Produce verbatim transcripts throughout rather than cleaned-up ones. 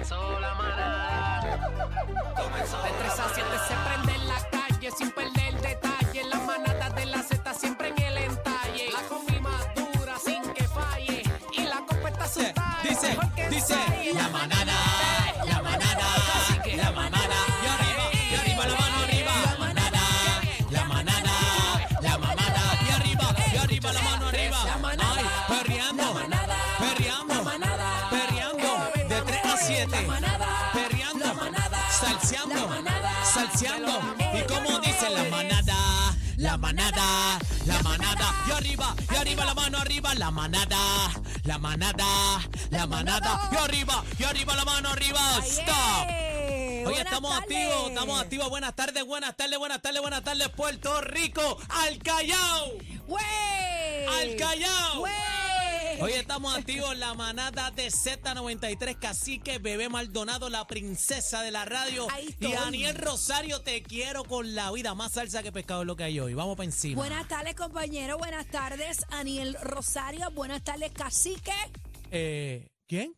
comenzó la manada. Comenzó de tres a siete se prende en la calle sin perder detalle. Las manadas de la Z siempre en el entalle. La combi más dura sin que falle. Y la copa está asustada. Dice, dice, la manada, la manada, la manada. Y arriba, y arriba la mano arriba. La manada, la manada, la manada. Y arriba, y arriba la mano arriba. Ay, perreando, perreando, perreando. De tres a siete, perreando, salseando, salseando. Y como dice la manada, la manada, la manada. Y arriba, y arriba la mano arriba. La manada, la manada, la manada. Y arriba, y arriba la mano arriba. Stop. Hoy estamos activos, estamos activos. Buenas tardes, buenas tardes, buenas tardes, buenas tardes, Puerto Rico, al Callao. ¡Wey! Al Callao. ¡Wey! Hoy estamos activos, la manada de Z noventa y tres, Cacique, Bebé Maldonado, la princesa de la radio. Ahí estoy. Y Aniel Rosario, te quiero con la vida. Más salsa que pescado es lo que hay hoy. Vamos para encima. Buenas tardes, compañero. Buenas tardes, Aniel Rosario. Buenas tardes, Cacique. Eh, ¿Quién?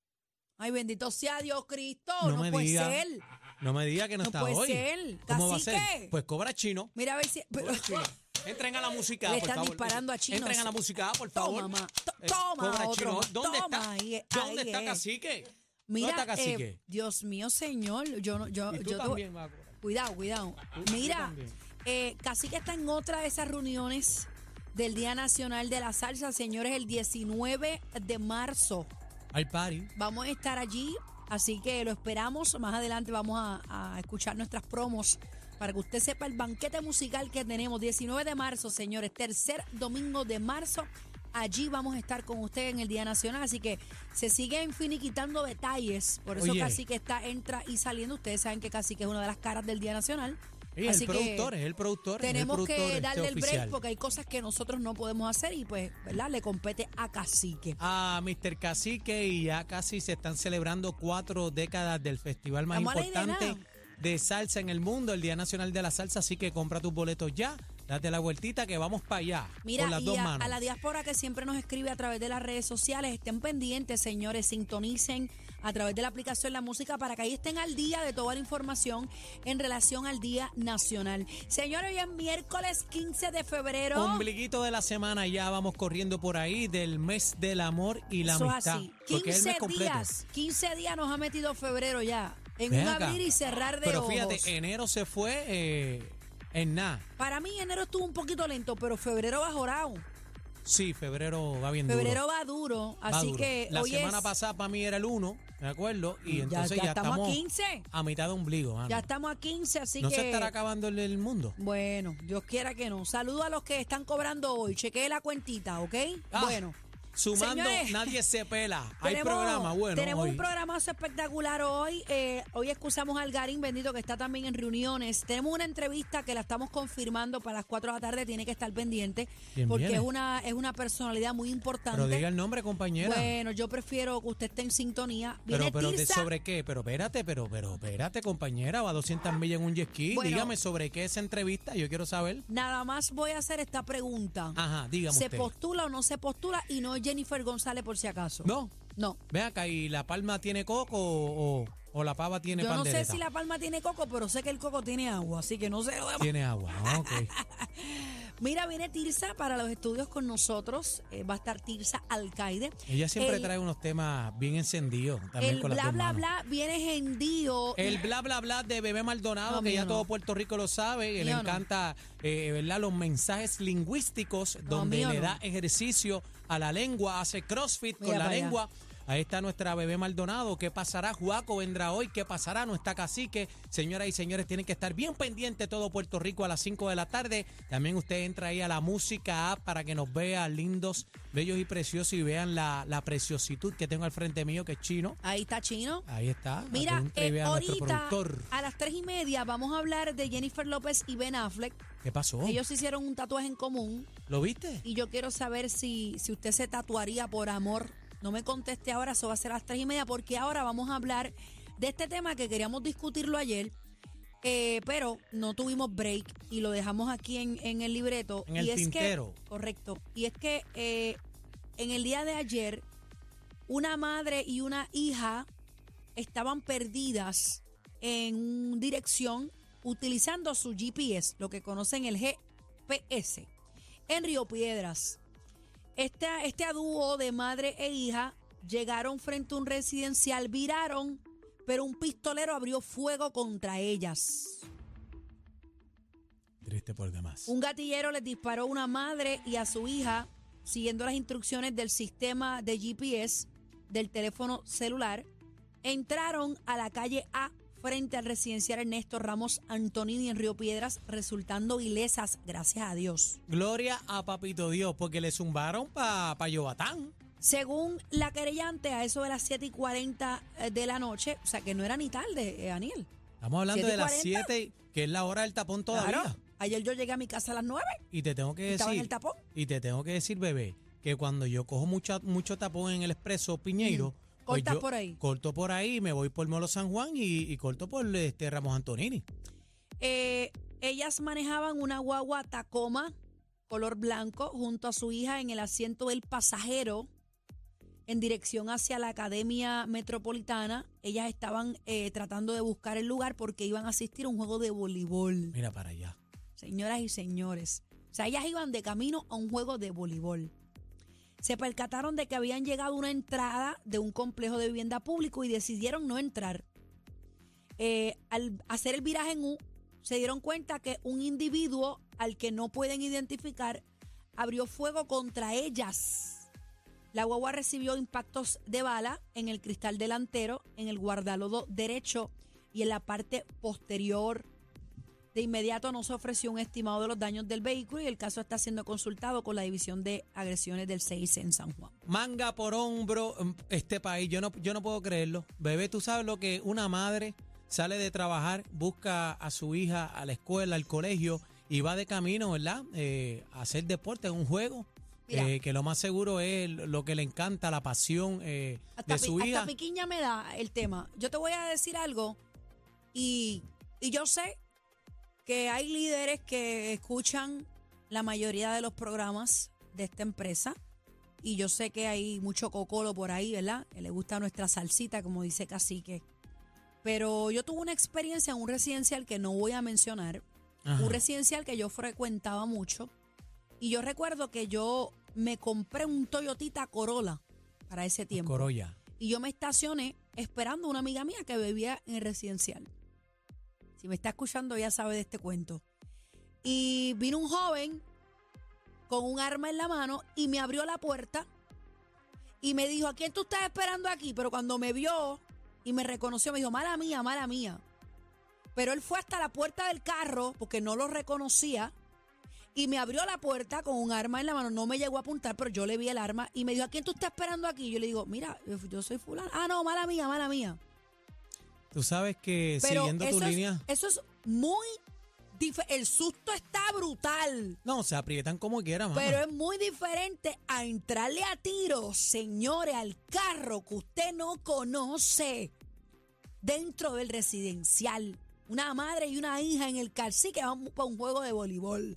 Ay, bendito sea Dios Cristo. No No, me puede diga. ser. No me diga que no, No está puede hoy. ser. ¿Cómo va a ser? Cacique. Pues cobra chino. Mira a ver si... pero- Cobra chino. Entren a la música, Le por están favor. disparando a chinos. Entren a la música, por Toma, favor. ma. To- Eh, toma, Cobra otro chino. más. ¿Dónde Toma, está? ahí es, ¿Dónde ahí está es. Cacique? Mira, ¿Dónde está Cacique? eh, Dios mío, señor. Yo no... Yo, Y tú yo te- también vas a cobrar. Cuidado, cuidado. Tú- tú Mira, también. eh, Cacique está en otra de esas reuniones del Día Nacional de la Salsa, señores, el diecinueve de marzo. Al party. Vamos a estar allí, así que lo esperamos. Más adelante vamos a, a escuchar nuestras promos para que usted sepa el banquete musical que tenemos. diecinueve de marzo, señores, tercer domingo de marzo. Allí vamos a estar con usted en el Día Nacional, así que se siguen finiquitando detalles. Por eso Oye. Cacique está, entra y saliendo. Ustedes saben que Cacique es una de las caras del Día Nacional. Y Así el que productor, es el productor. es el tenemos productor, que este darle el break oficial. porque hay cosas que nosotros no podemos hacer y pues, ¿verdad? Le compete a Cacique. A mister Cacique, y ya casi se están celebrando cuatro décadas del festival más Estamos a la idea de importante de salsa en el mundo, el Día Nacional de la Salsa, así que compra tus boletos ya, date la vueltita que vamos para allá, Mira, con las y dos a, manos. a la diáspora que siempre nos escribe a través de las redes sociales, estén pendientes, señores, sintonicen a través de la aplicación La Música para que ahí estén al día de toda la información en relación al Día Nacional. Señores, hoy es miércoles quince de febrero. Ombliguito de la semana, ya vamos corriendo por ahí del mes del amor y la Eso es amistad. así. porque es el mes quince completo. días, quince días nos ha metido febrero ya. En Ven un acá. abrir y cerrar de Pero ojos. fíjate, enero se fue eh, en nada. Para mí enero estuvo un poquito lento, pero febrero va jorado. Sí, febrero va bien Febrero duro. va duro, va así duro. que La hoy semana es, pasada para mí era el uno, ¿me acuerdo? Y ya, entonces ya ya, estamos a quince. a mitad de ombligo, mano. Ya estamos a quince, así ¿No que se estará acabando el, el mundo? bueno, Dios quiera que no. Saludo a los que están cobrando hoy. Chequee la cuentita, ¿ok? Ah, bueno. Sumando, Señores, nadie se pela. Hay Tenemos- programa bueno Tenemos hoy. un programazo espectacular hoy. Eh, hoy excusamos al Garín bendito que está también en reuniones. Tenemos una entrevista que la estamos confirmando para las cuatro de la tarde. Tiene que estar pendiente ¿Quién porque viene? es una, es una personalidad muy importante. Pero diga el nombre, compañera. Bueno, yo prefiero que usted esté en sintonía. Viene pero, pero ¿de Tirsa. ¿sobre qué? Pero espérate, pero, pero, espérate, compañera. Va a doscientas millas en un jet ski. Bueno. Dígame sobre qué es esa entrevista. Yo quiero saber. Nada más voy a hacer esta pregunta. Ajá, dígame ¿Se usted. postula o no se postula? Y no es Jennifer González por si acaso. No. No. Ve acá, ¿y la palma tiene coco o, o- o la pava tiene Yo no sé pandereta? si la palma tiene coco, pero sé que el coco tiene agua, así que no sé lo demás. Tiene agua. Ah, ok. Mira, viene Tirsa para los estudios con nosotros. Eh, va a estar Tirsa Alcaide. Ella siempre El- trae unos temas bien encendidos también El con las bla, dos bla, manos. bla viene gendío. El bla, bla, bla de Bebé Maldonado, No, que ya mío no. todo Puerto Rico lo sabe, que le Mío no. encanta, eh, ¿verdad? Los mensajes lingüísticos, donde mío le no. da ejercicio a la lengua, hace crossfit Mira con la para allá. lengua. Ahí está nuestra Bebé Maldonado. ¿Qué pasará? Juaco vendrá hoy. ¿Qué pasará? No está Cacique. Señoras y señores, tienen que estar bien pendientes todo Puerto Rico a las cinco de la tarde. También usted entra ahí a la música app para que nos vea lindos, bellos y preciosos y vean la, la preciositud que tengo al frente mío, que es chino. Ahí está Chino. Ahí está. Mira, Hazle un trivia eh, a nuestro ahorita productor. a las tres y media vamos a hablar de Jennifer López y Ben Affleck. ¿Qué pasó? Ellos hicieron un tatuaje en común ¿Lo viste? y yo quiero saber si, si usted se tatuaría por amor. No me conteste ahora, eso va a ser a las tres y media, porque ahora vamos a hablar de este tema que queríamos discutirlo ayer, eh, pero no tuvimos break y lo dejamos aquí en, en el libreto. En el y es tintero. Que, correcto. Y es que eh, en el día de ayer, una madre y una hija estaban perdidas en dirección utilizando su G P S, lo que conocen el G P S, en Río Piedras. Este, este dúo de madre e hija llegaron frente a un residencial, viraron, pero un pistolero abrió fuego contra ellas. Triste por demás. Un gatillero les disparó a una madre y a su hija, siguiendo las instrucciones del sistema de G P S del teléfono celular. Entraron a la calle A frente al residencial Ernesto Ramos Antonini en Río Piedras, resultando ilesas, gracias a Dios. Gloria a Papito Dios, porque le zumbaron para pa Yobatán. Según la querellante, a eso de las siete y cuarenta de la noche, o sea que no era ni tarde, eh, Daniel. Estamos hablando de las siete, que es la hora del tapón todavía. Claro. Ayer yo llegué a mi casa a las nueve. Y te tengo que Estaba decir, en el tapón. y te tengo que decir, bebé, que cuando yo cojo mucho, mucho tapón en el expreso Piñeiro, Mm. pues Cortas yo por ahí. corto por ahí, me voy por Molo San Juan y, y corto por este Ramos Antonini. Eh, ellas manejaban una guagua Tacoma color blanco junto a su hija en el asiento del pasajero en dirección hacia la Academia Metropolitana. Ellas estaban eh, tratando de buscar el lugar porque iban a asistir a un juego de voleibol. Mira para allá. Señoras y señores, o sea, ellas iban de camino a un juego de voleibol. Se percataron de que habían llegado a una entrada de un complejo de vivienda público y decidieron no entrar. Eh, al hacer el viraje en U, se dieron cuenta que un individuo al que no pueden identificar abrió fuego contra ellas. La guagua recibió impactos de bala en el cristal delantero, en el guardalodo derecho y en la parte posterior. De inmediato no se ofreció un estimado de los daños del vehículo y el caso está siendo consultado con la División de Agresiones del C I C en San Juan. Manga por hombro este país, yo no, yo no puedo creerlo. Bebé, tú sabes lo que una madre sale de trabajar, busca a su hija a la escuela, al colegio y va de camino, ¿verdad? Eh, a hacer deporte en un juego. Eh, que lo más seguro es lo que le encanta, la pasión eh, hasta de su pi, hija. Hasta piquiña me da el tema. Yo te voy a decir algo y, y yo sé que hay líderes que escuchan la mayoría de los programas de esta empresa y yo sé que hay mucho cocolo por ahí, ¿verdad? Que le gusta nuestra salsita, como dice Cacique. Pero yo tuve una experiencia en un residencial que no voy a mencionar, Ajá. un residencial que yo frecuentaba mucho y yo recuerdo que yo me compré un Toyotita Corolla para ese tiempo. Corolla. Y yo me estacioné esperando a una amiga mía que vivía en el residencial. Si me está escuchando ya sabe de este cuento. Y vino un joven con un arma en la mano y me abrió la puerta y me dijo, ¿a quién tú estás esperando aquí? Pero cuando me vio y me reconoció, me dijo, mala mía, mala mía. Pero él fue hasta la puerta del carro porque no lo reconocía y me abrió la puerta con un arma en la mano. No me llegó a apuntar, pero yo le vi el arma y me dijo, ¿a quién tú estás esperando aquí? Y yo le digo, mira, yo soy fulano. Ah, no, mala mía, mala mía. Tú sabes que Pero siguiendo tu eso es, línea. eso es muy diferente. El susto está brutal. No, se aprietan como quieran, mamá. Pero es muy diferente a entrarle a tiros, señores, al carro que usted no conoce dentro del residencial. Una madre y una hija en el car sí que van para un juego de voleibol.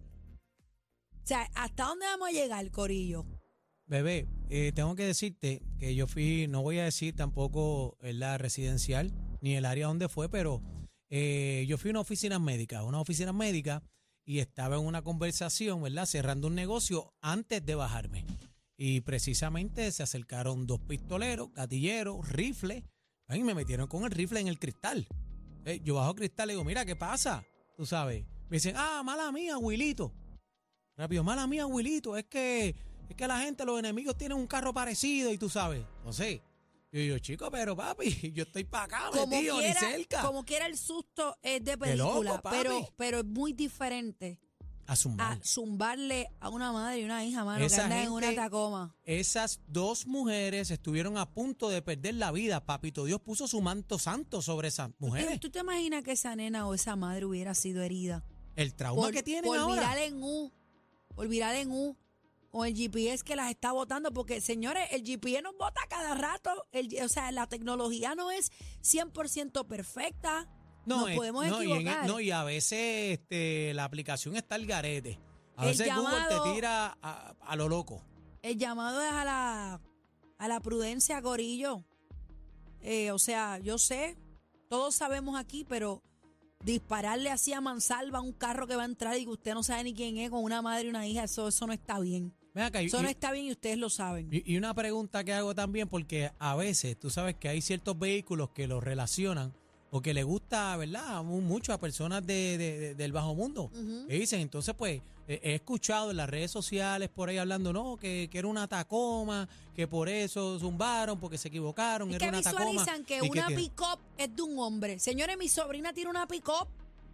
O sea, ¿hasta dónde vamos a llegar, corillo? Bebé, eh, tengo que decirte que yo fui, no voy a decir tampoco en la residencial ni el área donde fue, pero eh, yo fui a una oficina médica, una oficina médica y estaba en una conversación, ¿verdad? Cerrando un negocio antes de bajarme. Y precisamente se acercaron dos pistoleros, gatilleros, rifles, y me metieron con el rifle en el cristal. Eh, yo bajo cristal y digo, mira, ¿qué pasa? Tú sabes. Me dicen, ah, mala mía, Wilito. Rápido, mala mía, Wilito, es que, es que la gente, los enemigos tienen un carro parecido y tú sabes, no sé. Yo digo, chico, pero papi, yo estoy para acá, Como metido, ni quiera, cerca. como quiera el susto es de De película, loco, papi. pero, pero es muy diferente A a zumbar. zumbarle a una madre y una hija, mano, Esa que andan en gente- una Tacoma. Esas dos mujeres estuvieron a punto de perder la vida. Papito Dios puso su manto santo sobre esas mujeres. ¿Tú te imaginas que esa nena o esa madre hubiera sido herida? El trauma Por, que tienen por ahora. virar en U, por virar en U, con el G P S que las está botando, porque señores, el G P S nos bota cada rato, el, o sea, la tecnología no es cien por ciento perfecta, nos es- podemos no, y en- equivocar. no, y a veces este, la aplicación está al garete. A El veces Google llamado- te tira a, a lo loco. El llamado es a la, a la prudencia, Corillo. Eh, o sea, yo sé, todos sabemos aquí, pero dispararle así a mansalva a un carro que va a entrar y que usted no sabe ni quién es, con una madre y una hija, eso, eso no está bien. Ven acá, y, Eso no está bien y ustedes lo saben. y, y una pregunta que hago también, porque a veces tú sabes que hay ciertos vehículos que los relacionan o que le gusta, ¿verdad? Mu- Mucho a personas de, de- de- del bajo mundo. Ujú. Y dicen, entonces, pues, eh, he escuchado en las redes sociales por ahí hablando, no, que, que era una Tacoma, que por eso zumbaron, porque se equivocaron, Es era que una Tacoma. visualizan que y una tiene- pick-up es de un hombre. Señores, mi sobrina tiene una pick-up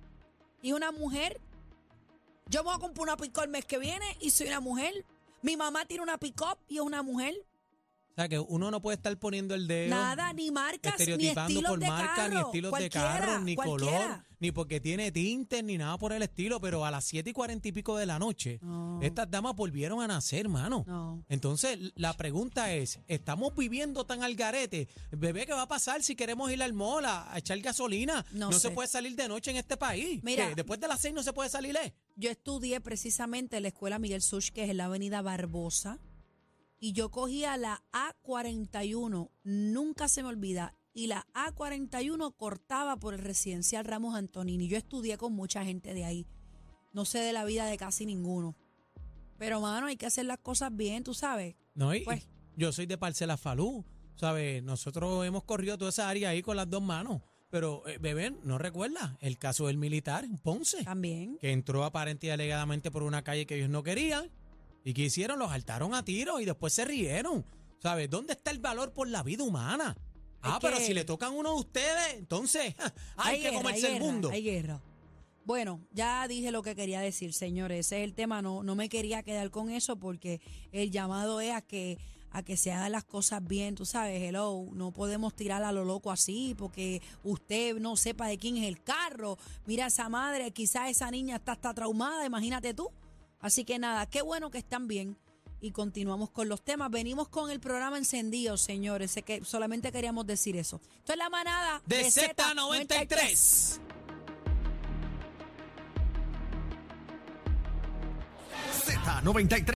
y una mujer. Yo me voy a comprar una pick-up el mes que viene y soy una mujer. Mi mamá tiene una pick-up y es una mujer. O sea, que uno no puede estar poniendo el dedo. Nada, ni marcas, ni estereotipando estilos por de marca, carro. ni estilos Cualquiera, de carro, ni cualquiera. color, ni porque tiene tintes, ni nada por el estilo. Pero a las siete y cuarenta y pico de la noche, No. estas damas volvieron a nacer, mano. No. Entonces, la pregunta es, ¿estamos viviendo tan al garete? Bebé, ¿qué va a pasar si queremos ir al mall a, a echar gasolina? No No, sé. se puede salir de noche en este país. Mira. ¿Qué? Después de las seis no se puede salir, ¿eh? Yo estudié precisamente en la escuela Miguel Such, que es en la avenida Barbosa, y yo cogía la A cuarenta y uno, nunca se me olvida, y la A cuarenta y uno cortaba por el residencial Ramos Antonini. Yo estudié con mucha gente de ahí, no sé de la vida de casi ninguno. Pero, mano, hay que hacer las cosas bien, tú sabes. No, y, Pues. yo soy de Parcela Falú, ¿sabes? Nosotros hemos corrido toda esa área ahí con las dos manos. Pero, eh, bebé, ¿no recuerda el caso del militar en Ponce? También. Que entró aparente y alegadamente por una calle que ellos no querían. ¿Y qué hicieron? Los saltaron a tiros y después se rieron. ¿Sabes? ¿Dónde está el valor por la vida humana? Ah, Es pero que- si le tocan uno de ustedes, entonces hay, que guerra, comerse hay el guerra, mundo. Hay guerra. Bueno, ya dije lo que quería decir, señores. Ese es el tema. No, no me quería quedar con eso porque el llamado es a que a que se hagan las cosas bien, tú sabes, hello, no podemos tirar a lo loco así porque usted no sepa de quién es el carro. Mira esa madre, quizás esa niña está hasta traumada, imagínate tú. Así que nada, qué bueno que están bien. Y continuamos con los temas. Venimos con el programa encendido, señores. Sé que solamente queríamos decir eso. Esto es La Manada De Z noventa y tres. Z noventa y tres.